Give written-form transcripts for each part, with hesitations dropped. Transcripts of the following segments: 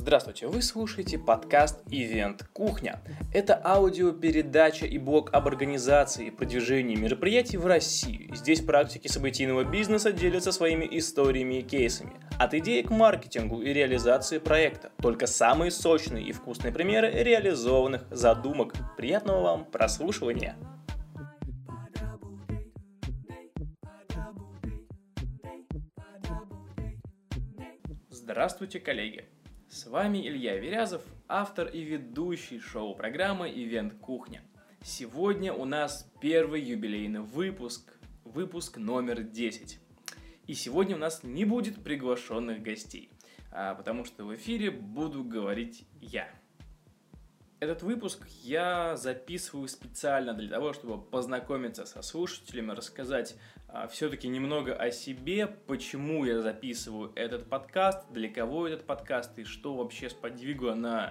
Здравствуйте, вы слушаете подкаст «Ивент Кухня». Это аудиопередача и блог об организации и продвижении мероприятий в России. Здесь практики событийного бизнеса делятся своими историями и кейсами. От идеи к маркетингу и реализации проекта. Только самые сочные и вкусные примеры реализованных задумок. Приятного вам прослушивания! Здравствуйте, коллеги! С вами Илья Верязов, автор и ведущий шоу-программы «Ивент Кухня». Сегодня у нас первый юбилейный выпуск номер 10. И сегодня у нас не будет приглашенных гостей, потому что в эфире буду говорить я. Этот выпуск я записываю специально для того, чтобы познакомиться со слушателями, рассказать все-таки немного о себе, почему я записываю этот подкаст, для кого этот подкаст и что вообще сподвигло на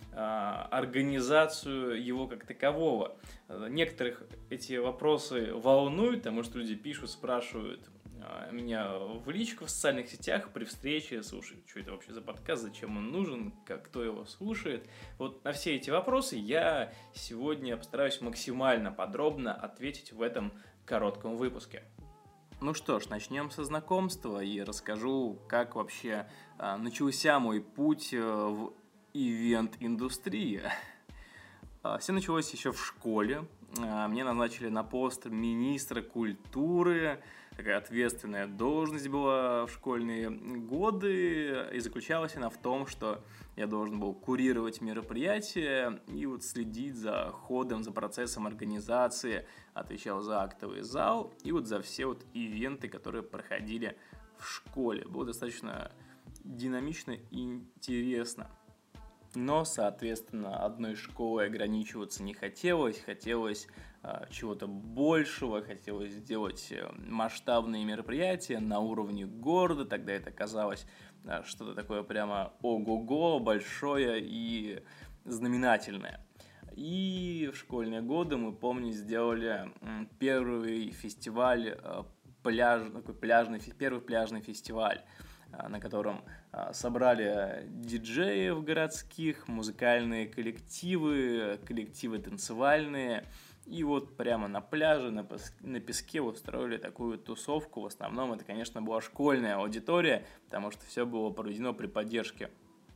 организацию его как такового. Некоторых эти вопросы волнуют, потому что люди пишут, спрашивают меня в личку в социальных сетях при встрече, слушай, что это вообще за подкаст, зачем он нужен, кто его слушает. Вот на все эти вопросы я сегодня постараюсь максимально подробно ответить в этом коротком выпуске. Ну что ж, начнем со знакомства и расскажу, как вообще начался мой путь в ивент-индустрии. Все началось еще в школе. Мне назначили на пост министра культуры. Такая ответственная должность была в школьные годы, и заключалась она в том, что я должен был курировать мероприятия и вот следить за ходом, за процессом организации, отвечал за актовый зал и вот за все вот ивенты, которые проходили в школе. Было достаточно динамично и интересно. Но, соответственно, одной школой ограничиваться не хотелось, чего-то большего, хотелось сделать масштабные мероприятия на уровне города, тогда это казалось что-то такое прямо ого-го, большое и знаменательное. И в школьные годы, мы, помню, сделали первый фестиваль, первый пляжный фестиваль, на котором собрали диджеев городских, музыкальные коллективы танцевальные. И вот прямо на пляже, на песке устроили такую тусовку. В основном это, конечно, была школьная аудитория, потому что все было проведено при поддержке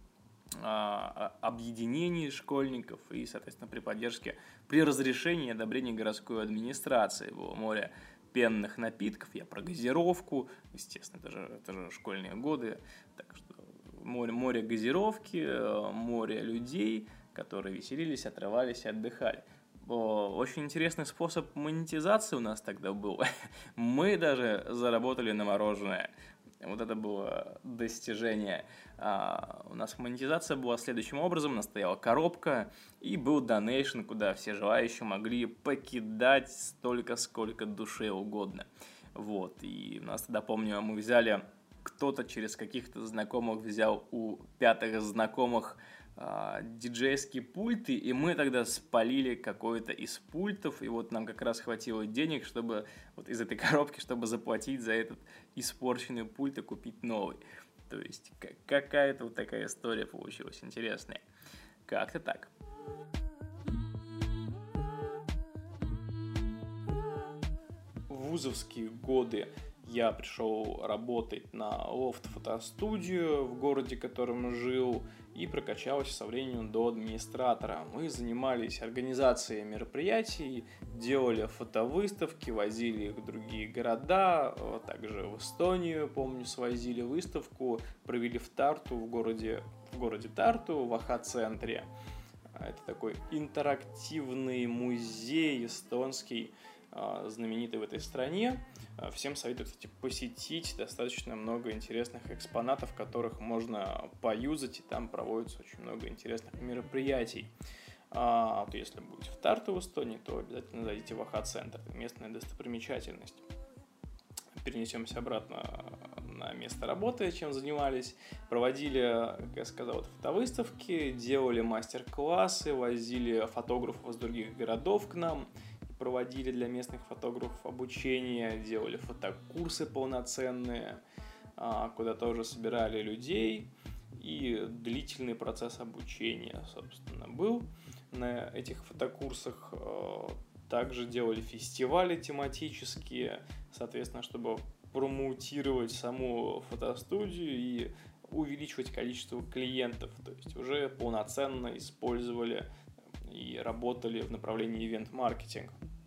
объединений школьников и, соответственно, при разрешении и одобрении городской администрации. Было море пенных напитков, я про газировку, естественно, это же школьные годы, так что море газировки, море людей, которые веселились, отрывались и отдыхали. Очень интересный способ монетизации у нас тогда был. Мы даже заработали на мороженое. Вот это было достижение. У нас монетизация была следующим образом. У нас стояла коробка и был донейшн, куда все желающие могли покидать столько, сколько душе угодно. Вот. И у нас тогда, помню, мы взяли, кто-то через каких-то знакомых взял у пятых знакомых диджейские пульты, и мы тогда спалили какой-то из пультов, и вот нам как раз хватило денег, чтобы вот из этой коробки, чтобы заплатить за этот испорченный пульт и купить новый. То есть какая-то вот такая история получилась интересная. Как-то так. В вузовские годы я пришел работать на лофт-фотостудию в городе, в котором жил, и прокачался со временем до администратора. Мы занимались организацией мероприятий, делали фотовыставки, возили их в другие города, также в Эстонию, помню, свозили выставку, провели в Тарту, в городе Тарту, в АХ-центре. Это такой интерактивный музей эстонский, знаменитый в этой стране. Всем советую, кстати, посетить. Достаточно много интересных экспонатов, которых можно поюзать, и там проводится очень много интересных мероприятий. Если будете в Тарту в Эстонии, то обязательно зайдите в АХ-центр. Это местная достопримечательность. Перенесемся обратно на место работы, чем занимались. Проводили, как я сказал, фотовыставки, делали мастер-классы, возили фотографов из других городов к нам, проводили для местных фотографов обучение, делали фотокурсы полноценные, куда тоже собирали людей. и длительный процесс обучения, собственно, был на этих фотокурсах. Также делали фестивали тематические, соответственно, чтобы промоутировать саму фотостудию и увеличивать количество клиентов. То есть уже полноценно использовали и работали в направлении ивент-маркетинг.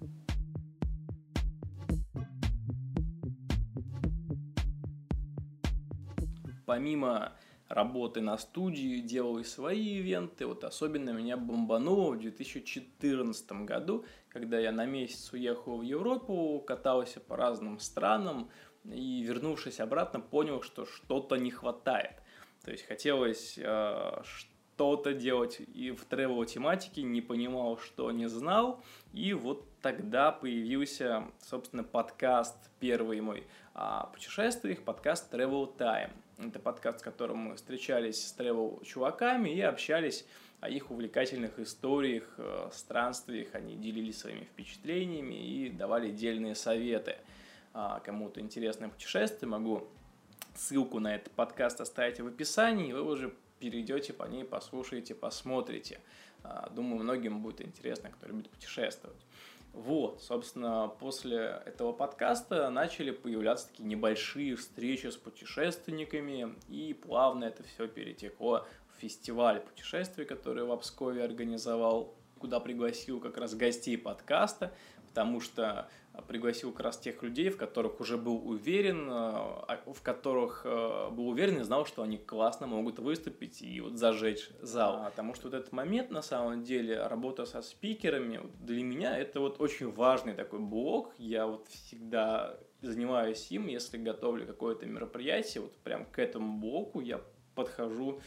Помимо работы на студии, делал и свои ивенты. Вот особенно меня бомбануло в 2014 году, когда я на месяц уехал в Европу, катался по разным странам и, вернувшись обратно, понял, что что-то не хватает. То есть хотелось что-то делать и в тревел-тематике, не понимал, что не знал. И вот тогда появился, собственно, подкаст первый мой о путешествиях, подкаст Travel Time. Это подкаст, в котором мы встречались с travel-чуваками и общались о их увлекательных историях, странствиях. Они делились своими впечатлениями и давали дельные советы. Кому-то интересное путешествие, могу ссылку на этот подкаст оставить в описании, и вы уже перейдете по ней, послушаете, посмотрите. Думаю, многим будет интересно, кто любит путешествовать. Вот, собственно, после этого подкаста начали появляться такие небольшие встречи с путешественниками, и плавно это все перетекло в фестиваль путешествий, который в Пскове организовал, куда пригласил как раз гостей подкаста, потому что пригласил как раз тех людей, в которых уже был уверен, и знал, что они классно могут выступить и вот зажечь зал. Потому что вот этот момент, на самом деле, работа со спикерами, для меня это вот очень важный такой блок. Я вот всегда занимаюсь им, если готовлю какое-то мероприятие, вот прям к этому блоку я подхожу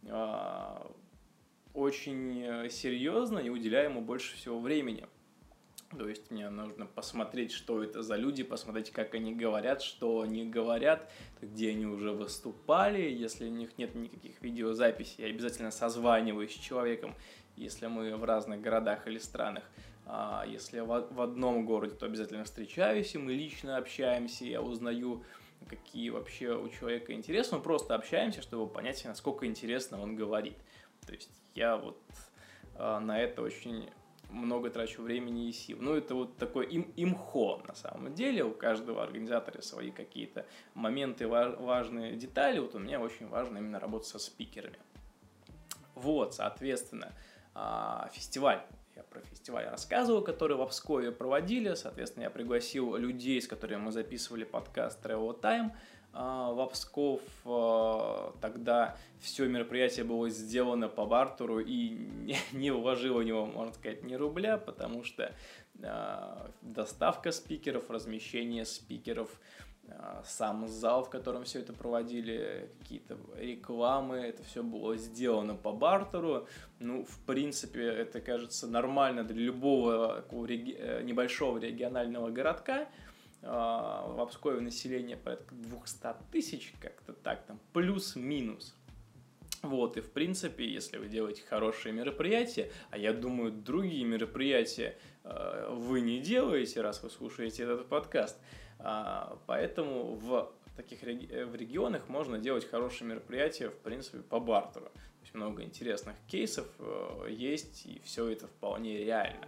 очень серьезно и уделяю ему больше всего времени. То есть мне нужно посмотреть, что это за люди, посмотреть, как они говорят, что они говорят, где они уже выступали. Если у них нет никаких видеозаписей, я обязательно созваниваюсь с человеком, если мы в разных городах или странах. Если в одном городе, то обязательно встречаюсь, и мы лично общаемся, я узнаю, какие вообще у человека интересы. Мы просто общаемся, чтобы понять, насколько интересно он говорит. То есть я вот на это очень много трачу времени и сил. Ну, это вот такое имхо на самом деле. У каждого организатора свои какие-то моменты, важные детали. Вот у меня очень важно именно работать со спикерами. Вот, соответственно, фестиваль. Я про фестиваль рассказывал, который в Пскове проводили. Соответственно, я пригласил людей, с которыми мы записывали подкаст Travel Time в Псков. Тогда все мероприятие было сделано по бартеру и не вложил в него, можно сказать, ни рубля, потому что доставка спикеров, размещение спикеров, сам зал, в котором все это проводили, какие-то рекламы, это все было сделано по бартеру. Ну, в принципе, это кажется нормально для любого такого небольшого регионального городка. В Пскове население порядка 200 тысяч, как-то так, там, плюс-минус. Вот, и в принципе, если вы делаете хорошие мероприятия, а я думаю, другие мероприятия вы не делаете, раз вы слушаете этот подкаст, поэтому в таких в регионах можно делать хорошие мероприятия, в принципе, по бартеру. То есть много интересных кейсов есть, и все это вполне реально.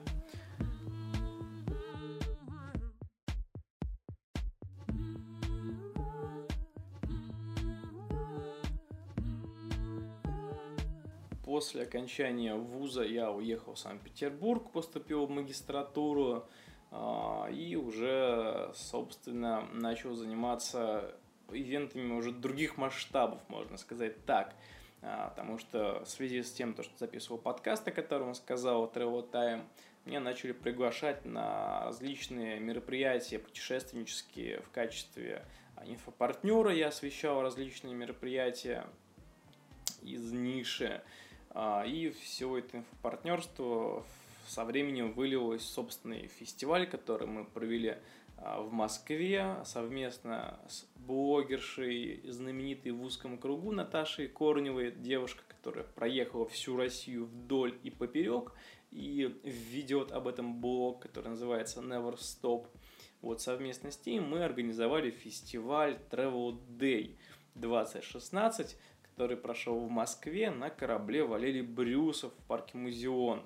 После окончания вуза я уехал в Санкт-Петербург, поступил в магистратуру и уже, собственно, начал заниматься ивентами уже других масштабов, можно сказать так. Потому что в связи с тем, что записывал подкаст, о котором я сказал, Travel Time, меня начали приглашать на различные мероприятия путешественнические в качестве инфопартнера. Я освещал различные мероприятия из ниши. И все это инфопартнерство со временем вылилось в собственный фестиваль, который мы провели в Москве совместно с блогершей, знаменитой в узком кругу Наташей Корневой, девушка, которая проехала всю Россию вдоль и поперек и ведет об этом блог, который называется Never Stop. Вот совместно с ней мы организовали фестиваль Travel Day 2016, который прошел в Москве на корабле Валерий Брюсов в парке Музеон.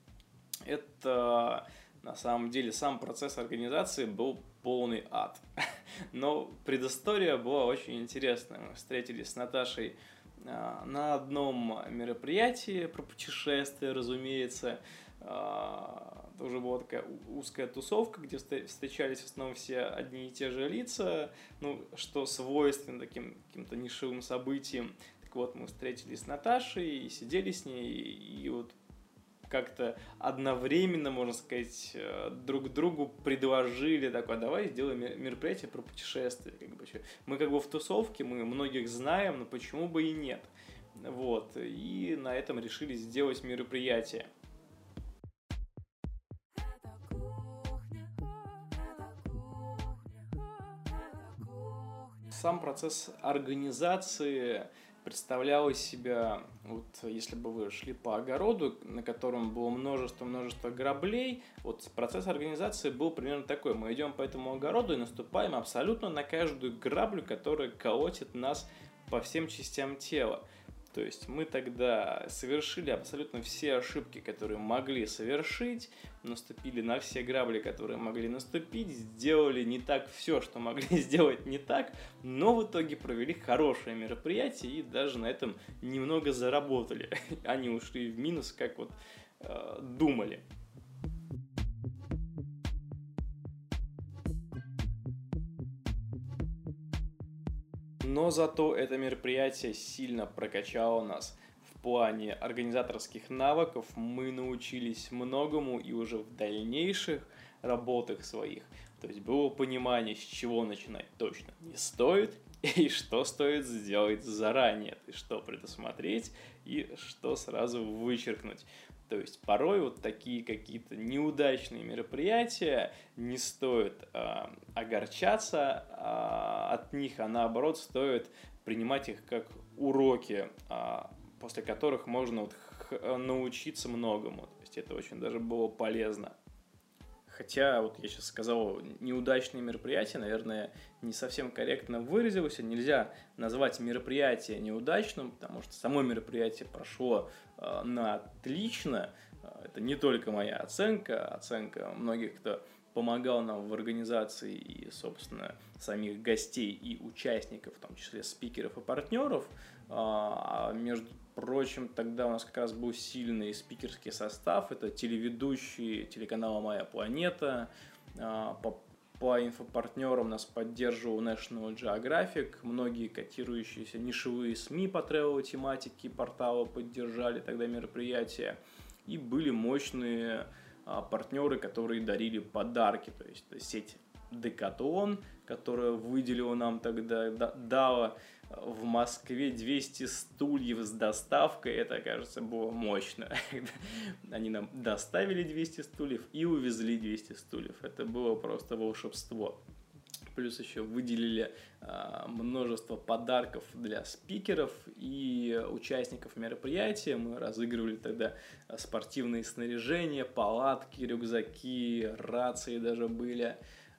Это, на самом деле, сам процесс организации был полный ад. Но предыстория была очень интересная. Мы встретились с Наташей на одном мероприятии про путешествия, разумеется. Это уже была такая узкая тусовка, где встречались в основном все одни и те же лица, ну, что свойственно таким каким-то нишевым событиям. Так вот, мы встретились с Наташей и сидели с ней, и вот как-то одновременно, можно сказать, друг другу предложили такое: давай сделаем мероприятие про путешествия. Мы в тусовке, мы многих знаем, но почему бы и нет. Вот, и на этом решили сделать мероприятие. Сам процесс организации представлял из себя, вот если бы вы шли по огороду, на котором было множество граблей, вот процесс организации был примерно такой: мы идем по этому огороду и наступаем абсолютно на каждую граблю, которая колотит нас по всем частям тела. То есть мы тогда совершили абсолютно все ошибки, которые могли совершить, наступили на все грабли, которые могли наступить, сделали не так все, что могли сделать не так, но в итоге провели хорошее мероприятие и даже на этом немного заработали. Они ушли в минус, как думали. Но зато это мероприятие сильно прокачало нас в плане организаторских навыков. Мы научились многому и уже в дальнейших работах своих. То есть было понимание, с чего начинать точно не стоит, и что стоит сделать заранее, и что предусмотреть, и что сразу вычеркнуть. То есть порой вот такие какие-то неудачные мероприятия не стоит огорчаться от них, а наоборот стоит принимать их как уроки, после которых можно научиться многому. То есть это очень даже было полезно. Хотя, вот я сейчас сказал, неудачные мероприятия, наверное, не совсем корректно выразился. Нельзя назвать мероприятие неудачным, потому что само мероприятие прошло на отлично. Это не только моя оценка многих, кто помогал нам в организации и, собственно, самих гостей и участников, в том числе спикеров и партнеров. Между прочим, тогда у нас как раз был сильный спикерский состав. Это телеведущие телеканала «Моя планета». По инфопартнерам нас поддерживал National Geographic. Многие котирующиеся нишевые СМИ по тревел-тематике портала поддержали тогда мероприятие. И были мощные партнеры, которые дарили подарки. То есть это сеть Decathlon, которая выделила нам тогда, дала в Москве 200 стульев с доставкой. Это, кажется, было мощно. Они нам доставили 200 стульев и увезли 200 стульев. Это было просто волшебство. Плюс еще выделили множество подарков для спикеров и участников мероприятия. Мы разыгрывали тогда спортивные снаряжения, палатки, рюкзаки, рации даже были.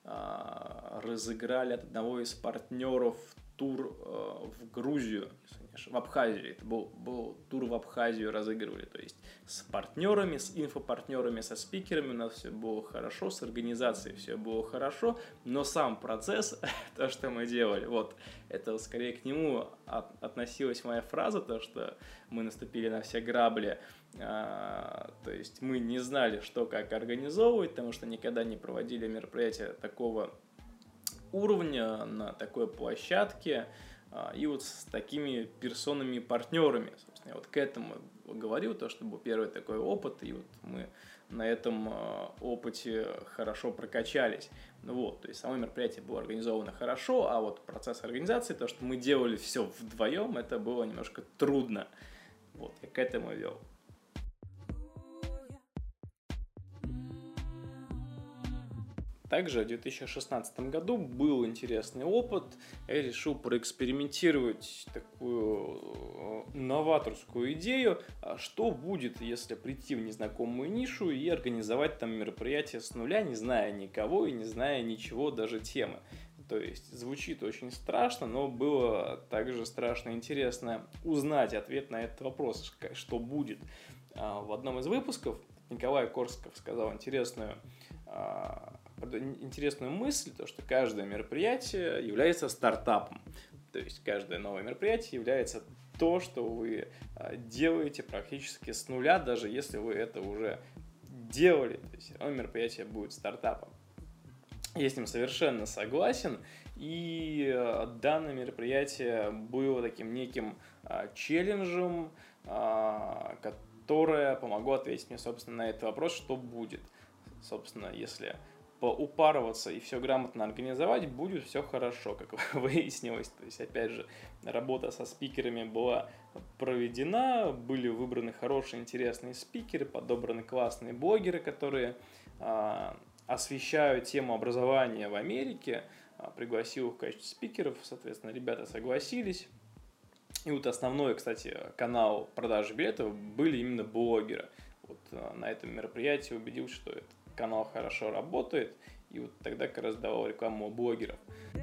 Разыграли от одного из партнеров тур в Грузию, в Абхазию. Это был тур в Абхазию, разыгрывали. То есть с партнерами, с инфопартнерами, со спикерами у нас все было хорошо, с организацией все было хорошо, но сам процесс, то, что мы делали, вот, это скорее к нему относилась моя фраза, то, что мы наступили на все грабли. То есть мы не знали, что как организовывать, потому что никогда не проводили мероприятия такого уровня на такой площадке и вот с такими персонами и партнерами. Собственно, я вот к этому говорил, то, что был первый такой опыт, и вот мы на этом опыте хорошо прокачались. То есть само мероприятие было организовано хорошо, а вот процесс организации, то, что мы делали все вдвоем, это было немножко трудно. Вот, я к этому вел. Также в 2016 году был интересный опыт. Я решил проэкспериментировать такую новаторскую идею, что будет, если прийти в незнакомую нишу и организовать там мероприятие с нуля, не зная никого и не зная ничего, даже темы. То есть звучит очень страшно, но было также страшно интересно узнать ответ на этот вопрос, что будет. В одном из выпусков Николай Корсков сказал интересную мысль, то, что каждое мероприятие является стартапом. То есть каждое новое мероприятие является то, что вы делаете практически с нуля, даже если вы это уже делали. То есть все равно мероприятие будет стартапом. Я с ним совершенно согласен, и данное мероприятие было таким неким челленджем, которое помогло ответить мне, собственно, на этот вопрос, что будет. Собственно, если поупарываться и все грамотно организовать, будет все хорошо, как выяснилось. То есть, опять же, работа со спикерами была проведена, были выбраны хорошие, интересные спикеры, подобраны классные блогеры, которые освещаю тему образования в Америке, пригласил их в качестве спикеров, соответственно, ребята согласились. И вот основной, кстати, канал продажи билетов были именно блогеры. Вот на этом мероприятии убедился, что этот канал хорошо работает, и вот тогда как раз давал рекламу блогеров.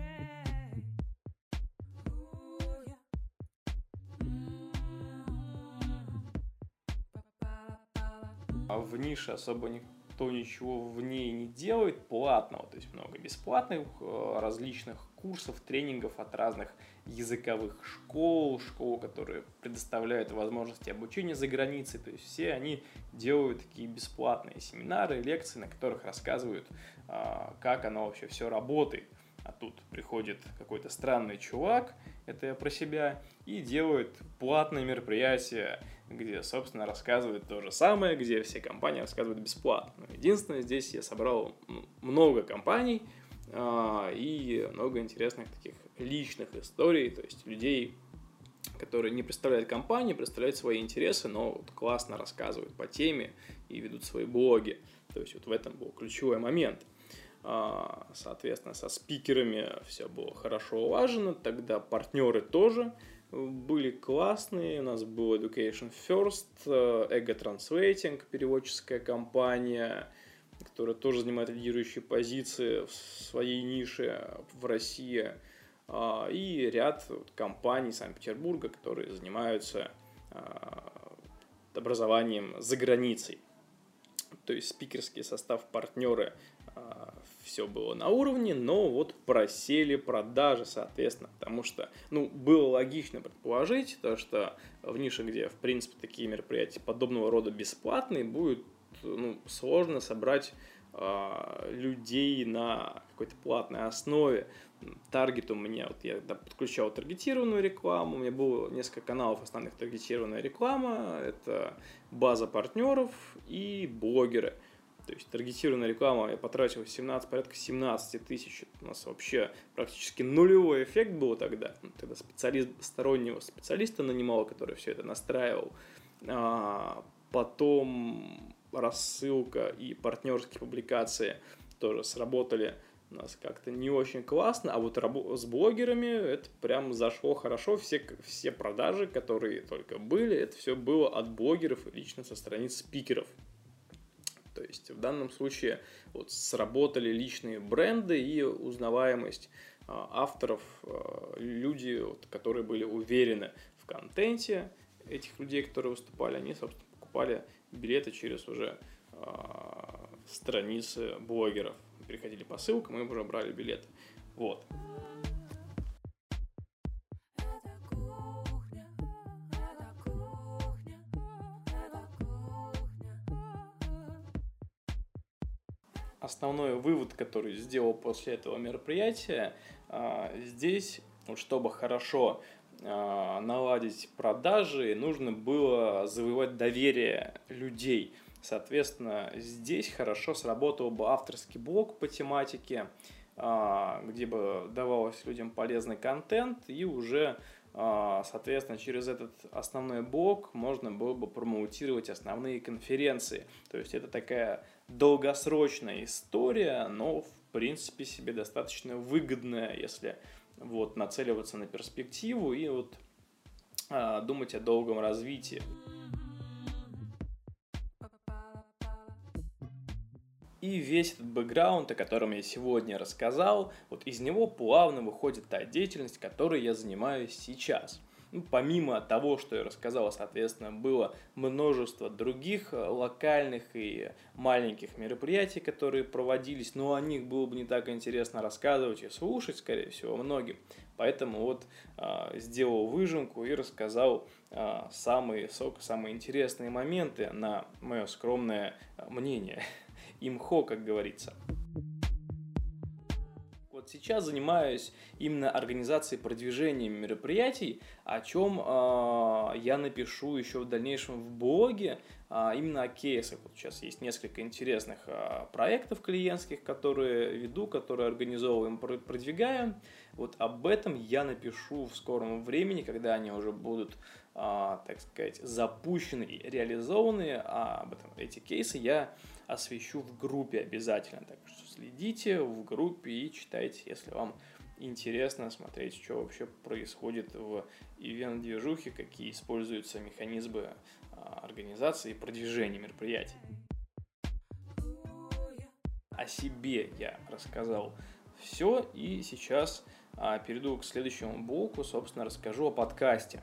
А в нише особо никто ничего в ней не делает платного, то есть много бесплатных различных курсов, тренингов от разных языковых школ, которые предоставляют возможности обучения за границей, то есть все они делают такие бесплатные семинары, лекции, на которых рассказывают, как оно вообще все работает. А тут приходит какой-то странный чувак, это я про себя, и делает платные мероприятия, где, собственно, рассказывают то же самое, где все компании рассказывают бесплатно. Но единственное, здесь я собрал много компаний и много интересных таких личных историй, то есть людей, которые не представляют компании, представляют свои интересы, но вот классно рассказывают по теме и ведут свои блоги. То есть вот в этом был ключевой момент. Соответственно, со спикерами все было хорошо улажено, тогда партнеры тоже были классные, у нас был Education First, Ego Translating, переводческая компания, которая тоже занимает лидирующие позиции в своей нише в России, и ряд компаний Санкт-Петербурга, которые занимаются образованием за границей. То есть спикерский состав, партнеры, все было на уровне, но вот просели продажи, соответственно, потому что, было логично предположить, то, что в нише, где, в принципе, такие мероприятия подобного рода бесплатные, будет, сложно собрать людей на какой-то платной основе. Таргет у меня, я подключал таргетированную рекламу, у меня было несколько каналов основных таргетированная реклама, это база партнеров и блогеры. То есть таргетированная реклама я потратил порядка 17 тысяч. У нас вообще практически нулевой эффект был тогда. Тогда стороннего специалиста нанимал, который все это настраивал. Потом рассылка и партнерские публикации тоже сработали у нас как-то не очень классно, а вот с блогерами это прям зашло хорошо. Все продажи, которые только были, это все было от блогеров и лично со страниц спикеров. То есть в данном случае вот сработали личные бренды и узнаваемость авторов, люди, которые были уверены в контенте этих людей, которые выступали, они, собственно, покупали билеты через уже страницы блогеров. Переходили по ссылкам и уже брали билеты. Вот. Основной вывод, который сделал после этого мероприятия, здесь, чтобы хорошо наладить продажи, нужно было завоевать доверие людей. Соответственно, здесь хорошо сработал бы авторский блог по тематике, где бы давалось людям полезный контент, и уже, соответственно, через этот основной блог можно было бы промоутировать основные конференции. То есть это такая долгосрочная история, но в принципе себе достаточно выгодная, если нацеливаться на перспективу и думать о долгом развитии. И весь этот бэкграунд, о котором я сегодня рассказал, вот из него плавно выходит та деятельность, которой я занимаюсь сейчас. Ну, помимо того, что я рассказал, соответственно, было множество других локальных и маленьких мероприятий, которые проводились, но о них было бы не так интересно рассказывать и слушать, скорее всего, многим. Поэтому вот сделал выжимку и рассказал самые интересные моменты на мое скромное мнение. Имхо, как говорится. Вот сейчас занимаюсь именно организацией продвижения мероприятий, о чем я напишу еще в дальнейшем в блоге, именно о кейсах. Вот сейчас есть несколько интересных проектов клиентских, которые веду, которые организовываем, продвигаем. Вот об этом я напишу в скором времени, когда они уже будут, так сказать, запущены и реализованы. Об этом эти кейсы я освещу в группе обязательно. Так что следите в группе и читайте, если вам интересно смотреть, что вообще происходит в ивент-движухе, какие используются механизмы организации и продвижения мероприятий. О себе я рассказал все, и сейчас перейду к следующему блоку, собственно, расскажу о подкасте.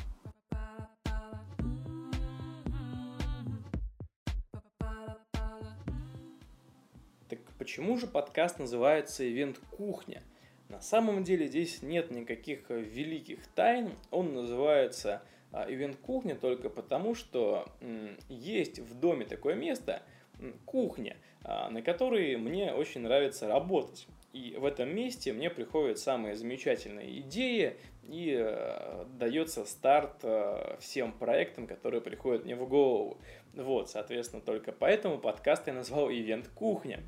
Так почему же подкаст называется «Ивент Кухня»? На самом деле здесь нет никаких великих тайн, он называется «Ивент Кухня» только потому, что есть в доме такое место, кухня, на которой мне очень нравится работать. И в этом месте мне приходят самые замечательные идеи и дается старт всем проектам, которые приходят мне в голову. Вот, соответственно, только поэтому подкаст я назвал «Ивент Кухня».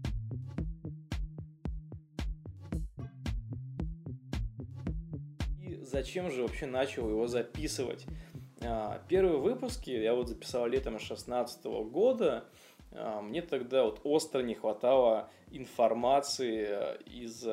И зачем же вообще начал его записывать? Первые выпуски я вот записал летом 2016 года. Мне тогда вот остро не хватало информации из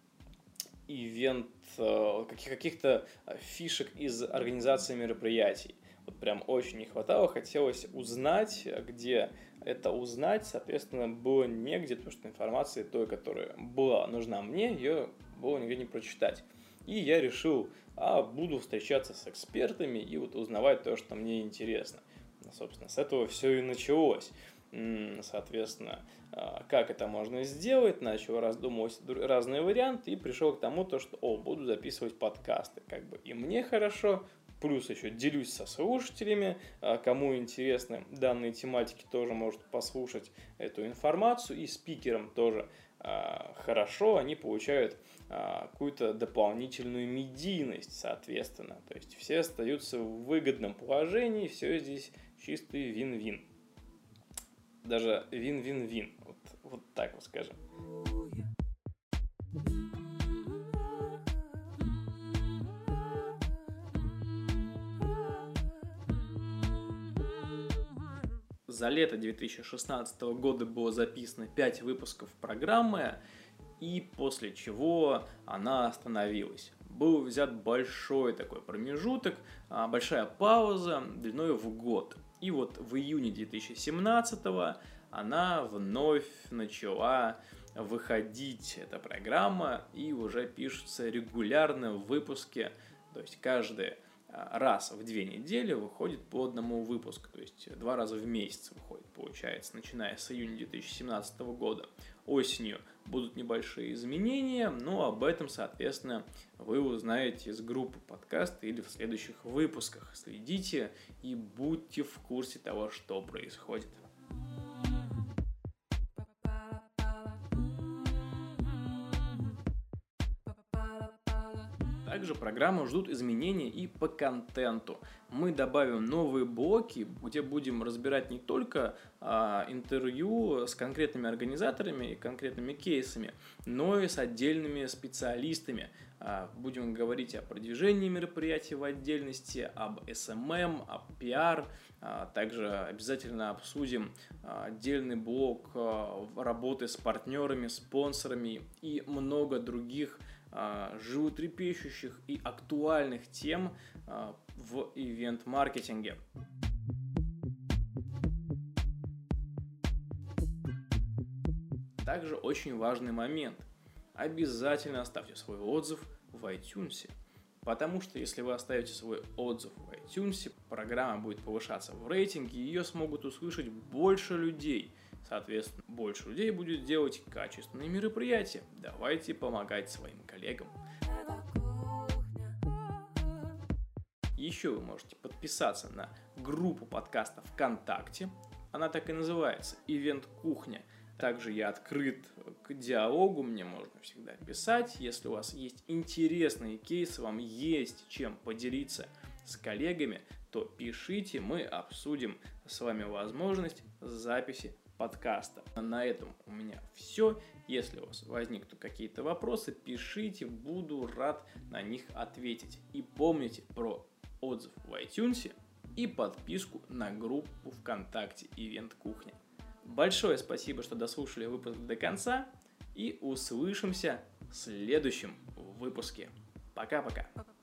каких-то фишек из организации мероприятий. Вот прям очень не хватало, хотелось узнать, где это узнать, соответственно, было негде, потому что информации той, которая была нужна мне, ее было нигде не прочитать. И я решил, буду встречаться с экспертами и вот узнавать то, что мне интересно. Собственно, с этого все и началось. Соответственно, как это можно сделать, начал раздумывать разные варианты и пришел к тому, что буду записывать подкасты, и мне хорошо, плюс еще делюсь со слушателями, кому интересны данные тематики, тоже может послушать эту информацию, и спикерам тоже хорошо, они получают какую-то дополнительную медийность, соответственно, то есть все остаются в выгодном положении, все здесь чистый вин-вин. Даже вин-вин-вин, вот так вот скажем. За лето 2016 года было записано 5 выпусков программы, и после чего она остановилась. Был взят большой такой промежуток, большая пауза длиной в год. И вот в июне 2017 она вновь начала выходить, эта программа, и уже пишутся регулярно выпуски, то есть каждый раз в 2 недели выходит по одному выпуску, то есть 2 раза в месяц выходит, получается, начиная с июня 2017 года. Осенью будут небольшие изменения, но об этом, соответственно, вы узнаете из группы подкаста или в следующих выпусках. Следите и будьте в курсе того, что происходит. Также программу ждут изменения и по контенту. Мы добавим новые блоки, где будем разбирать не только интервью с конкретными организаторами и конкретными кейсами, но и с отдельными специалистами. Будем говорить о продвижении мероприятий в отдельности, об SMM, об PR. Также обязательно обсудим отдельный блок работы с партнерами, спонсорами и много других животрепещущих и актуальных тем в ивент-маркетинге. Также очень важный момент. Обязательно оставьте свой отзыв в iTunes. Потому что если вы оставите свой отзыв в iTunes, программа будет повышаться в рейтинге, и ее смогут услышать больше людей. Соответственно, больше людей будет делать качественные мероприятия. Давайте помогать своим коллегам. Еще вы можете подписаться на группу подкаста ВКонтакте. Она так и называется «Ивент Кухня». Также я открыт к диалогу, мне можно всегда писать. Если у вас есть интересные кейсы, вам есть чем поделиться с коллегами, то пишите, мы обсудим с вами возможность записи подкаста. На этом у меня все. Если у вас возникнут какие-то вопросы, пишите, буду рад на них ответить. И помните про отзыв в iTunes и подписку на группу ВКонтакте «Ивент Кухня». Большое спасибо, что дослушали выпуск до конца, и услышимся в следующем выпуске. Пока-пока.